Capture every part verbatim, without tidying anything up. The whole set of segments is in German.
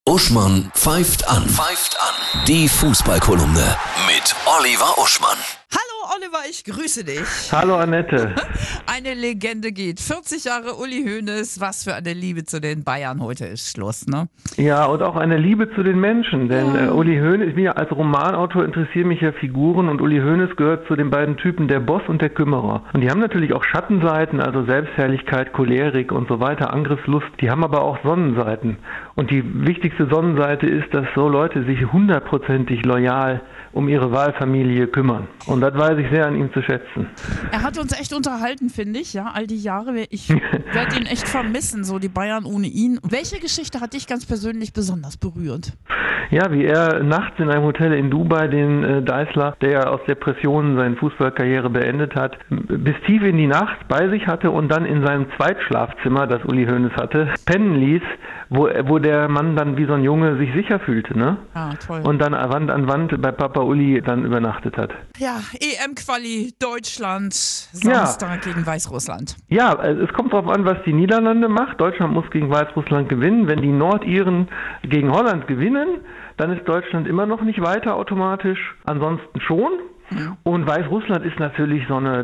Uschmann pfeift an. Pfeift an. Die Fußballkolumne mit Oliver Uschmann. Hallo Oliver, ich grüße dich. Hallo Annette. Eine Legende geht. vierzig Jahre Uli Hoeneß. Was für eine Liebe zu den Bayern. Heute ist Schluss, ne? Ja, und auch eine Liebe zu den Menschen. Denn Ja. äh, Uli Hoeneß, ich bin ja als Romanautor, interessieren mich ja Figuren. Und Uli Hoeneß gehört zu den beiden Typen, der Boss und der Kümmerer. Und die haben natürlich auch Schattenseiten, also Selbstherrlichkeit, Cholerik und so weiter, Angriffslust. Die haben aber auch Sonnenseiten. Und die wichtigste Sonnenseite ist, dass so Leute sich hundertprozentig loyal um ihre Wahlfamilie kümmern. Und das weiß ich sehr an ihm zu schätzen. Er hat uns echt unterhalten, finde ich, ja, all die Jahre. Ich werde ihn echt vermissen, so die Bayern ohne ihn. Welche Geschichte hat dich ganz persönlich besonders berührt? Ja, wie er nachts in einem Hotel in Dubai den äh, Deißler, der ja aus Depressionen seine Fußballkarriere beendet hat, bis tief in die Nacht bei sich hatte und dann in seinem Zweitschlafzimmer, das Uli Hoeneß hatte, pennen ließ, wo, wo der Mann dann wie so ein Junge sich sicher fühlte, ne? Ah, toll. Und dann Wand an Wand bei Papa Uli dann übernachtet hat. Ja, E M-Quali Deutschland, Samstag ja. gegen Weißrussland. Ja, es kommt darauf an, was die Niederlande macht. Deutschland muss gegen Weißrussland gewinnen. Wenn die Nordiren gegen Holland gewinnen, dann ist Deutschland immer noch nicht weiter automatisch. Ansonsten schon. Ja. Und Weißrussland ist natürlich so eine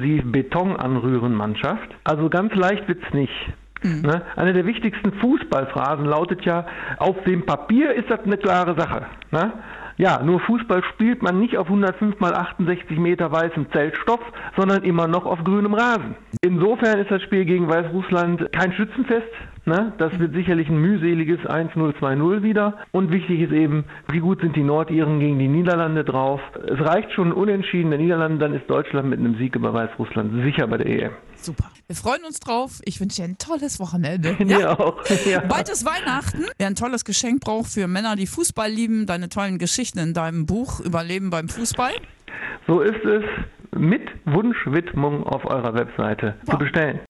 defensiv-Beton-Anrühren-Mannschaft. Also ganz leicht wird's nicht. Mhm. Ne? Eine der wichtigsten Fußballphrasen lautet ja, auf dem Papier ist das eine klare Sache. Ne? Ja, nur Fußball spielt man nicht auf hundertfünf mal achtundsechzig Meter weißem Zeltstoff, sondern immer noch auf grünem Rasen. Insofern ist das Spiel gegen Weißrussland kein Schützenfest. Ne? Das wird sicherlich ein mühseliges eins null, zwei null wieder. Und wichtig ist eben, wie gut sind die Nordiren gegen die Niederlande drauf. Es reicht schon unentschieden der Niederlande, dann ist Deutschland mit einem Sieg über Weißrussland sicher bei der E M. Super. Wir freuen uns drauf. Ich wünsche dir ein tolles Wochenende. Mir ja? auch. Ja. Bald ist Weihnachten. Wer ein tolles Geschenk braucht für Männer, die Fußball lieben, deine tollen Geschichten in deinem Buch Überleben beim Fußball. So ist es mit Wunschwidmung auf eurer Webseite wow. zu bestellen.